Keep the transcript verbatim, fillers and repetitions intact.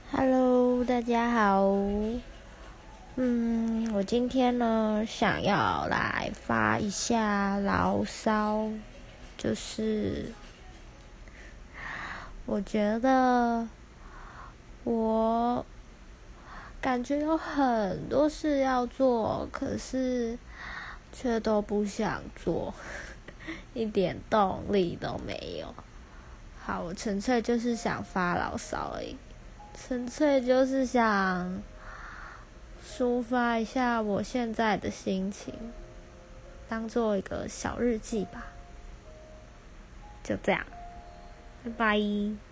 Hello，大家好。嗯，我今天呢想要来发一下牢骚，就是我觉得我感觉有很多事要做，可是却都不想做，一点动力都没有。好，我纯粹就是想发牢骚而已，纯粹就是想抒发一下我现在的心情，当做一个小日记吧。就这样，拜拜。